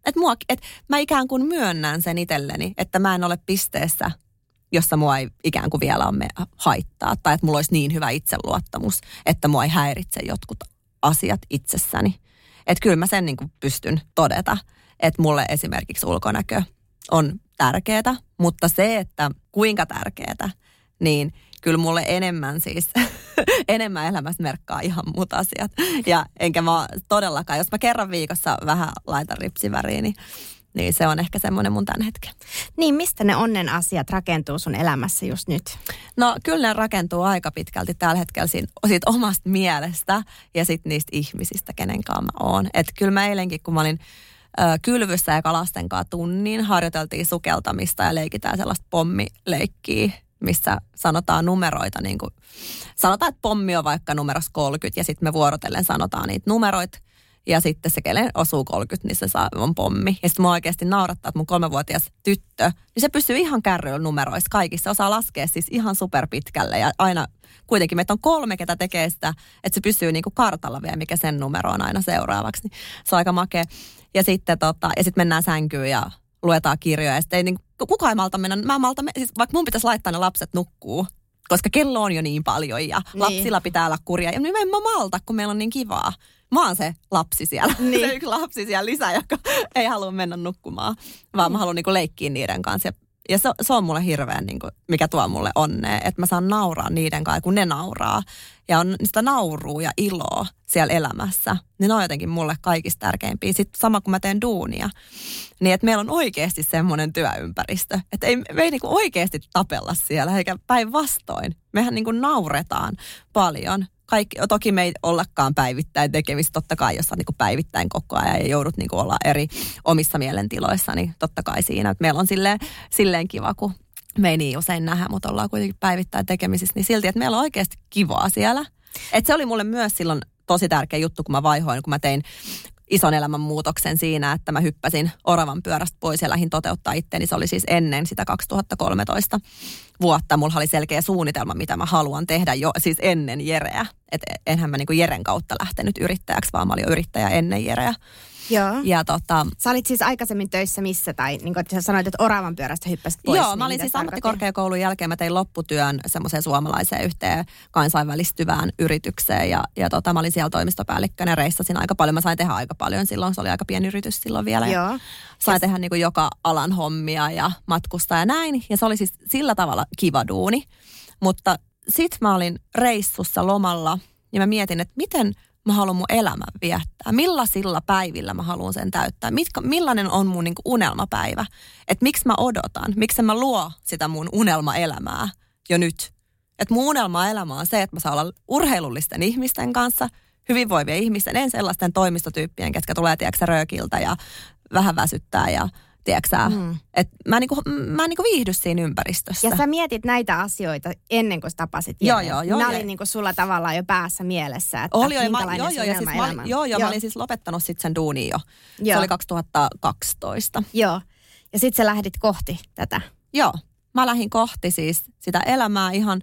D: Että mua, et mä ikään kuin myönnän sen itselleni, että mä en ole pisteessä, jossa mua ei ikään kuin vielä ole haittaa. Tai että mulla olisi niin hyvä itseluottamus, että mua ei häiritse jotkut asiat itsessäni. Että kyllä mä sen niin kuin pystyn todeta, että mulle esimerkiksi ulkonäkö on tärkeää, mutta se, että kuinka tärkeää, niin kyllä mulle enemmän siis, enemmän elämässä merkkaa ihan muut asiat. Ja enkä mä todellakaan, jos mä kerran viikossa vähän laitan ripsiväriin, niin, niin se on ehkä semmoinen mun tämän hetken.
C: Niin, mistä ne onnen asiat rakentuu sun elämässä just nyt?
D: No kyllä ne rakentuu aika pitkälti tällä hetkellä siitä, siitä omasta mielestä ja sitten niistä ihmisistä, kenen kanssa mä oon. Että kyllä mä eilenkin, kun mä olin ö, kylvyssä ja lasten kanssa tunnin, harjoiteltiin sukeltamista ja leikitään sellaista pommileikkiä, missä sanotaan numeroita, niin kuin, sanotaan, että pommi on vaikka numerossa kolmekymmentä ja sitten me vuorotellen sanotaan niitä numeroita ja sitten se, kelle osuu kolmekymmentä, niin se saa, on pommi. Ja sitten mua oikeasti naurattaa, että mun kolmevuotias tyttö, niin se pystyy ihan kärryillä numeroissa kaikissa, osaa laskea siis ihan superpitkälle ja aina kuitenkin meitä on kolme, ketä tekee sitä, että se pysyy niin kuin kartalla vielä, mikä sen numero on aina seuraavaksi, niin se on aika makea. Ja sitten tota, ja sitten mennään sänkyyn ja luetaan kirjoja ja sitten ei niin kukaan ei malta mennä. Mä malta, siis vaikka mun pitäisi laittaa ne lapset nukkuu, koska kello on jo niin paljon ja niin. Lapsilla pitää olla kurja. Ja niin en mä malta, kun meillä on niin kivaa. Mä oon se lapsi siellä. Niin. Se yksi lapsi siellä lisää, joka ei halua mennä nukkumaan, vaan mm. mä haluan niinku leikkiä niiden kanssa. Ja, ja se, se on mulle hirveän, niinku, mikä tuo mulle onnea, että mä saan nauraa niiden kanssa, kun ne nauraa. Ja on sitä naurua ja iloa siellä elämässä. Niin ne on jotenkin mulle kaikista tärkeimpiä. Sitten sama kun mä teen duunia, niin että meillä on oikeasti semmoinen työympäristö. Että ei, me ei niinku oikeasti tapella siellä, eikä päinvastoin. Mehän niinku nauretaan paljon. Kaikki, toki me ei ollakaan päivittäin tekemistä, totta kai, jos olet niinku päivittäin koko ajan ja joudut niinku olla eri omissa mielentiloissa, niin totta kai siinä. Että meillä on silleen, silleen kiva, kun me ei niin usein nähdä, mutta ollaan kuitenkin päivittäin tekemisissä, niin silti, että meillä on oikeasti kivaa siellä. Että se oli mulle myös silloin tosi tärkeä juttu, kun mä vaihoin, kun mä tein ison elämän muutoksen siinä, että mä hyppäsin oravan pyörästä pois ja lähdin toteuttaa itteeni. Se oli siis ennen sitä kaksituhattakolmetoista vuotta. Mulla oli selkeä suunnitelma, mitä mä haluan tehdä jo siis ennen Jereä. Että enhän mä niinku Jeren kautta lähtenyt yrittäjäksi, vaan mä olin jo yrittäjä ennen Jereä.
C: Joo.
D: Ja tota,
C: sä olit siis aikaisemmin töissä missä? Tai niin kuin sä sanoit, että oravan pyörästä hyppäsit pois.
D: Joo,
C: niin
D: mä olin siis ammattikorkeakoulun jälkeen. Mä tein lopputyön semmoiseen suomalaiseen yhteen kansainvälistyvään yritykseen. Ja, ja tota, mä olin siellä toimistopäällikkönä ja reissasin aika paljon. Mä sain tehdä aika paljon silloin. Se oli aika pieni yritys silloin vielä.
C: Joo.
D: Sain
C: yes.
D: tehdä niin kuin joka alan hommia ja matkustaa ja näin. Ja se oli siis sillä tavalla kiva duuni. Mutta sit mä olin reissussa lomalla ja mä mietin, että miten mä haluan mun elämän viettää. Millaisilla päivillä mä haluan sen täyttää? Mitkä, millainen on mun niinku unelmapäivä? Että miksi mä odotan? Miksi mä luo sitä mun unelmaelämää jo nyt? Että mun unelmaelämä on se, että mä saan olla urheilullisten ihmisten kanssa, hyvinvoivien ihmisten, en sellaisten toimistotyyppien, ketkä tulee, tiedätkö, röökiltä ja vähän väsyttää ja tiedätkö mm. että mä, niinku, mä niinku viihdy siinä ympäristössä.
C: Ja sä mietit näitä asioita ennen kuin sä tapasit
D: Joo, joo, joo.
C: Nämä oli niinku sulla tavallaan jo päässä mielessä, että
D: oli,
C: minkälainen
D: mä,
C: sun
D: joo, joo,
C: elämä
D: ja siis mä, joo, joo, joo, mä olin siis lopettanut sitten sen duunin jo. Joo. Se oli kaksituhattakaksitoista.
C: Joo, ja sitten sä lähdit kohti tätä.
D: Joo, mä lähdin kohti siis sitä elämää ihan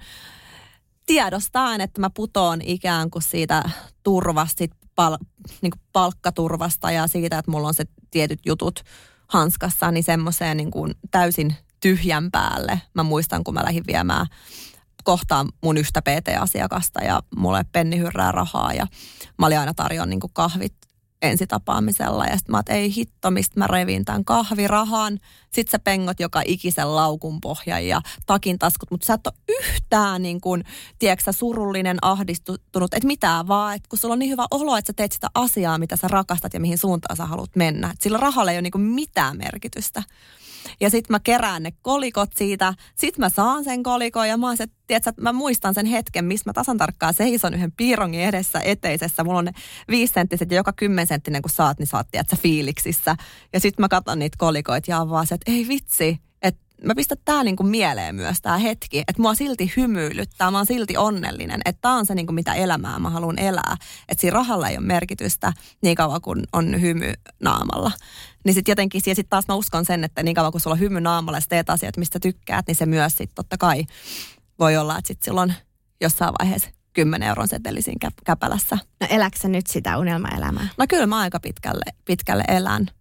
D: tiedostaen, että mä putoon ikään kuin siitä turvasta, siitä pal, niin kuin palkkaturvasta ja siitä, että mulla on se tietyt jutut hanskassa, niin semmoiseen niin kuin täysin tyhjän päälle. Mä muistan, kun mä lähdin viemään kohtaan mun yhtä P T-asiakasta ja mulle penni hyrrää rahaa ja mä olin aina tarjoan niin kuin kahvit ensitapaamisella ja sitten mä oot, ei hitto, mistä mä revin tämän kahvirahan. Sitten sä pengot joka ikisen laukun pohjan ja takin taskut, mutta sä et ole yhtään niin kuin, tiedätkö, surullinen, ahdistunut, et mitään vaan, että kun sulla on niin hyvä olo, että sä teet sitä asiaa, mitä sä rakastat ja mihin suuntaan sä haluat mennä. Et sillä rahalla ei ole niin kuin mitään merkitystä. Ja sitten mä kerään ne kolikot siitä, sitten mä saan sen kolikon ja mä oon se, tiedätkö, mä muistan sen hetken, missä mä tasan tarkkaan seison yhden piirongin edessä eteisessä. Mulla on ne viisisenttiset ja joka kymmensenttinen kun saat, niin saat, tiedätkö, fiiliksissä. Ja sitten mä katson niitä kolikoita ja vaan se, että ei vitsi, että mä pistän tää niinku mieleen myös tää hetki, että mua silti hymyilyttää, mä oon silti onnellinen, että tää on se niinku mitä elämää mä haluan elää. Että siinä rahalla ei ole merkitystä niin kauan kun on hymy naamalla. Niin sitten jotenkin, ja sitten taas mä uskon sen, että niin kauan kun sulla on hymy naamalla ja sä teet asiat, mistä tykkäät, niin se myös sitten totta kai voi olla, että sitten silloin jossain vaiheessa kymmenen euron seteli siinä käpälässä.
C: No eläksä nyt sitä unelmaelämää?
D: No kyllä mä aika pitkälle, pitkälle elän.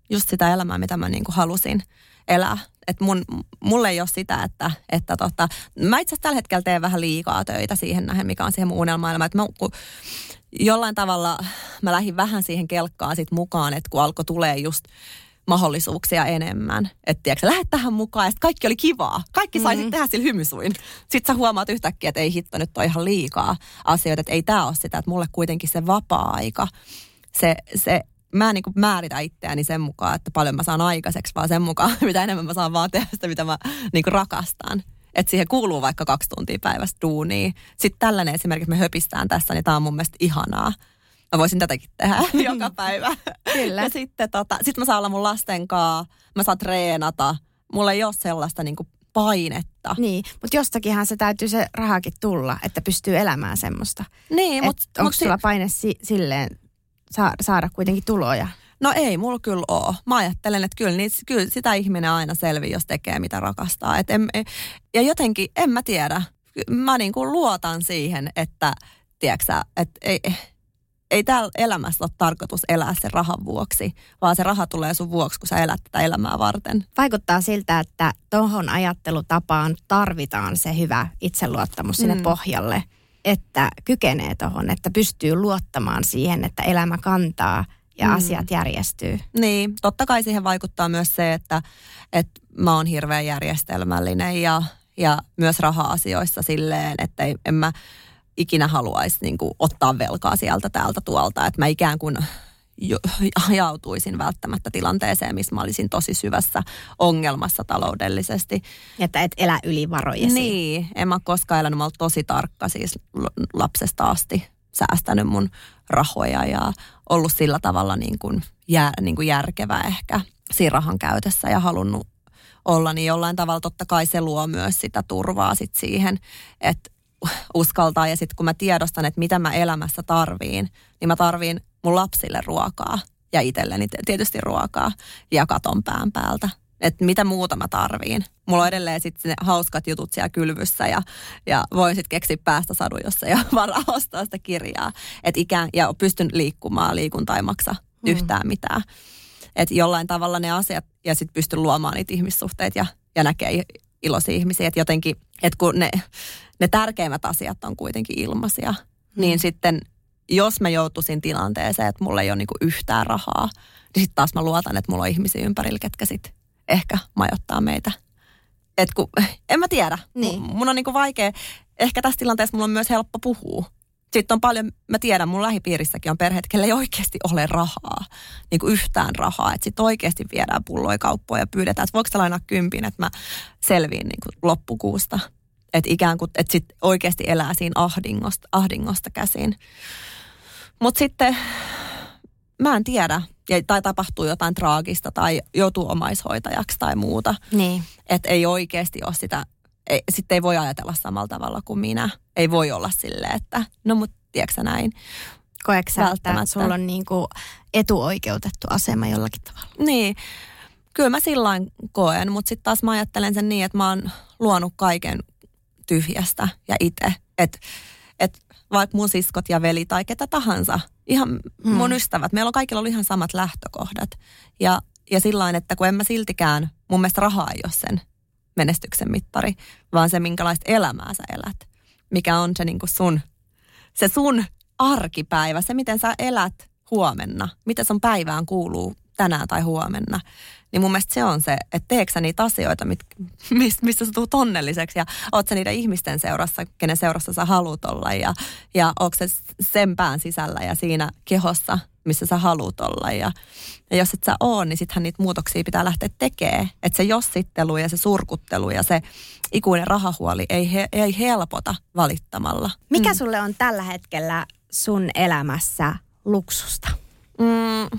D: just sitä elämää, mitä mä niin kuin halusin elää. Että mun, mulle ei ole sitä, että, että tota, mä itse asiassa tällä hetkellä teen vähän liikaa töitä siihen nähden, mikä on siihen mun unelmaelämään. Että mä, kun jollain tavalla mä lähdin vähän siihen kelkkaan sit mukaan, että kun alkoi tulee just mahdollisuuksia enemmän. Että tiedätkö, lähdet tähän mukaan ja sitten kaikki oli kivaa. Kaikki sai mm-hmm. sitten tehdä sillä hymysuin. Sitten sä huomaat yhtäkkiä, että ei hitto, nyt on ihan liikaa asioita. Että ei tää ole sitä, että mulle kuitenkin se vapaa-aika, se, se mä en niin kuin määritä itseäni sen mukaan, että paljon mä saan aikaiseksi, vaan sen mukaan, mitä enemmän mä saan vaan tehdä sitä, mitä mä niin kuin rakastan. Että siihen kuuluu vaikka kaksi tuntia päivästä duunia. Sitten tällainen esimerkiksi me höpistään tässä, niin tää on mun mielestä ihanaa. Mä voisin tätäkin tehdä joka päivä.
C: Kyllä.
D: Ja sitten tota, sit mä saan olla mun lasten kanssa, mä saan treenata. Mulla ei ole sellaista niin kuin painetta.
C: Niin, mutta jostakinhan se täytyy se rahakin tulla, että pystyy elämään semmoista.
D: Niin, mutta
C: onko
D: mut
C: sulla paine si- silleen sa- saada kuitenkin tuloja?
D: No ei, mulla kyllä ole. Mä ajattelen, että kyllä, niin, kyllä sitä ihminen aina selviää, jos tekee mitä rakastaa. Et en, ja jotenkin, en mä tiedä. Mä niin kuin luotan siihen, että tiedätkö, että ei, ei täällä elämässä ole tarkoitus elää sen rahan vuoksi, vaan se raha tulee sun vuoksi, kun sä elät tätä elämää varten.
C: Vaikuttaa siltä, että tuohon ajattelutapaan tarvitaan se hyvä itseluottamus sinne mm. pohjalle, että kykenee tuohon, että pystyy luottamaan siihen, että elämä kantaa ja mm. asiat järjestyy.
D: Niin, totta kai siihen vaikuttaa myös se, että, että mä oon hirveän järjestelmällinen ja, ja myös raha-asioissa silleen, että ei, en mä ikinä haluaisi niin kuin ottaa velkaa sieltä täältä tuolta. Että mä ikään kuin jo, ajautuisin välttämättä tilanteeseen, missä mä olisin tosi syvässä ongelmassa taloudellisesti.
C: Että et elä yli varojesi.
D: Niin, en mä koskaan elänyt. Mä oon tosi tarkka siis lapsesta asti säästänyt mun rahoja ja ollut sillä tavalla niin kuin, jär, niin kuin järkevä ehkä siinä rahan käytössä ja halunnut olla. Niin jollain tavalla totta kai se luo myös sitä turvaa sit siihen, että uskaltaa. Ja sitten kun mä tiedostan, että mitä mä elämässä tarviin, niin mä tarviin mun lapsille ruokaa ja itselleni tietysti ruokaa ja katon pään päältä. Että mitä muuta mä tarviin. Mulla on edelleen sitten ne hauskat jutut siellä kylvyssä ja, ja voin sitten keksiä päästä sadun, jos ei ole varaa ostaa sitä kirjaa. Et ikään, ja pystyn liikkumaan, liikunta ei maksa yhtään mitään. Että jollain tavalla ne asiat ja sitten pystyn luomaan niitä ihmissuhteita ja, ja näkee iloisia ihmisiä. Että jotenkin, että kun ne, ne tärkeimmät asiat on kuitenkin ilmaisia, hmm. niin sitten jos mä joutuisin tilanteeseen, että mulla ei ole niinku yhtään rahaa, niin sitten taas mä luotan, että mulla on ihmisiä ympärillä, ketkä sitten ehkä majoittaa meitä. Et kun, en mä tiedä.
C: Niin.
D: Mun on niinku vaikea, ehkä tässä tilanteessa mulla on myös helppo puhua. Sitten on paljon, mä tiedän, mun lähipiirissäkin on perheet, kelle ei oikeasti ole rahaa, niin kuin yhtään rahaa. Että sitten oikeasti viedään pulloja kauppoja ja pyydetään, että voiko sä lainaa kympin, että mä selviin niin kuin loppukuusta. Että ikään kuin, että sitten oikeasti elää siinä ahdingosta, ahdingosta käsin. Mutta sitten mä en tiedä, tai tapahtuu jotain traagista tai joutuu omaishoitajaksi tai muuta.
C: Niin.
D: Että ei oikeasti ole sitä. Sitten ei voi ajatella samalla tavalla kuin minä. Ei voi olla silleen, että no mut tiedätkö näin.
C: Koetko sä, että sulla on niinku etuoikeutettu asema jollakin tavalla?
D: Niin, kyllä mä sillain koen, mutta sitten taas mä ajattelen sen niin, että mä oon luonut kaiken tyhjästä ja itse. Että et vaikka mun siskot ja veli tai ketä tahansa, ihan mun hmm. ystävät, meillä on kaikilla ollut ihan samat lähtökohdat. Ja, ja sillain, että kun en mä siltikään, mun mielestä rahaa ei ole sen menestyksen mittari, vaan se, minkälaista elämää sä elät. Mikä on se, niin kuin sun, se sun arkipäivä, se miten sä elät huomenna, mitä sun päivään kuuluu tänään tai huomenna. Niin mun mielestä se on se, että teekö sä niitä asioita, mit, mistä sä tulet onnelliseksi ja oot sä niiden ihmisten seurassa, kenen seurassa sä haluut olla ja, ja ootko se sen pään sisällä ja siinä kehossa, missä sä haluut olla. Ja, ja jos et sä oo, niin sittenhän niitä muutoksia pitää lähteä tekemään. Että se jossittelu ja se surkuttelu ja se ikuinen rahahuoli ei, he, ei helpota valittamalla.
C: Mikä
D: mm.
C: sulle on tällä hetkellä sun elämässä luksusta?
D: Mm.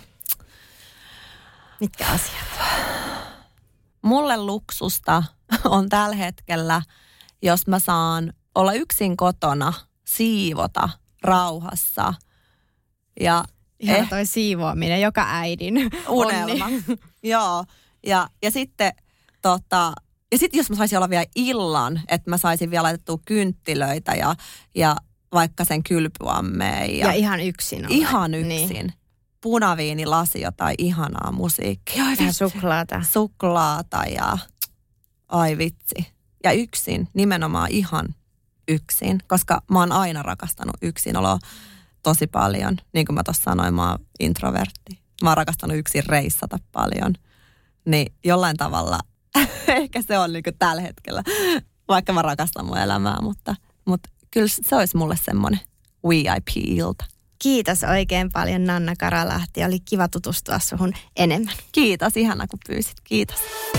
C: Mitkä asiat?
D: Mulle luksusta on tällä hetkellä, jos mä saan olla yksin kotona, siivota rauhassa ja
C: ihan toi siivoaminen, joka äidin
D: unelma. Joo. Ja, ja sitten tota, ja sitten jos mä saisin olla vielä illan, että mä saisin vielä laitettua kynttilöitä ja, ja vaikka sen kylpyammeen. Ja,
C: ja ihan yksin olla.
D: Ihan yksin.
C: Niin.
D: punaviinilasi jotain ihanaa musiikkia.
C: Ja suklaata.
D: Suklaata ja ai vitsi. Ja yksin, nimenomaan ihan yksin, koska mä oon aina rakastanut yksinoloa tosi paljon. Niin kuin mä tuossa sanoin, mä oon introvertti. Mä oon rakastanut yksin reissata paljon. Niin jollain tavalla ehkä se on niin kuin tällä hetkellä, vaikka mä rakastan mun elämää, mutta, mutta kyllä se olisi mulle semmoinen V I P-ilta.
C: Kiitos oikein paljon Nanna Karalahti. Oli kiva tutustua suhun enemmän.
D: Kiitos, ihana kun pyysit. Kiitos.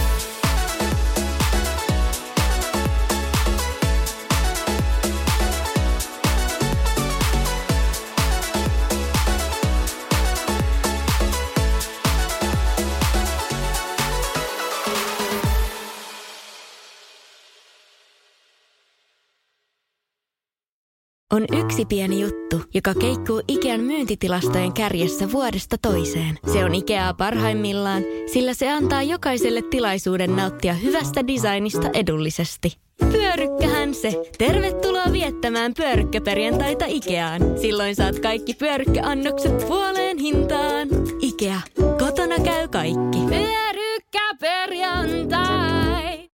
A: On yksi pieni juttu, joka keikkuu Ikean myyntitilastojen kärjessä vuodesta toiseen. Se on Ikeaa parhaimmillaan, sillä se antaa jokaiselle tilaisuuden nauttia hyvästä designista edullisesti. Pyörykkähän se! Tervetuloa viettämään pyörykkäperjantaita Ikeaan. Silloin saat kaikki pyörykkäannokset puoleen hintaan. Ikea. Kotona käy kaikki. Pyörykkäperjantai!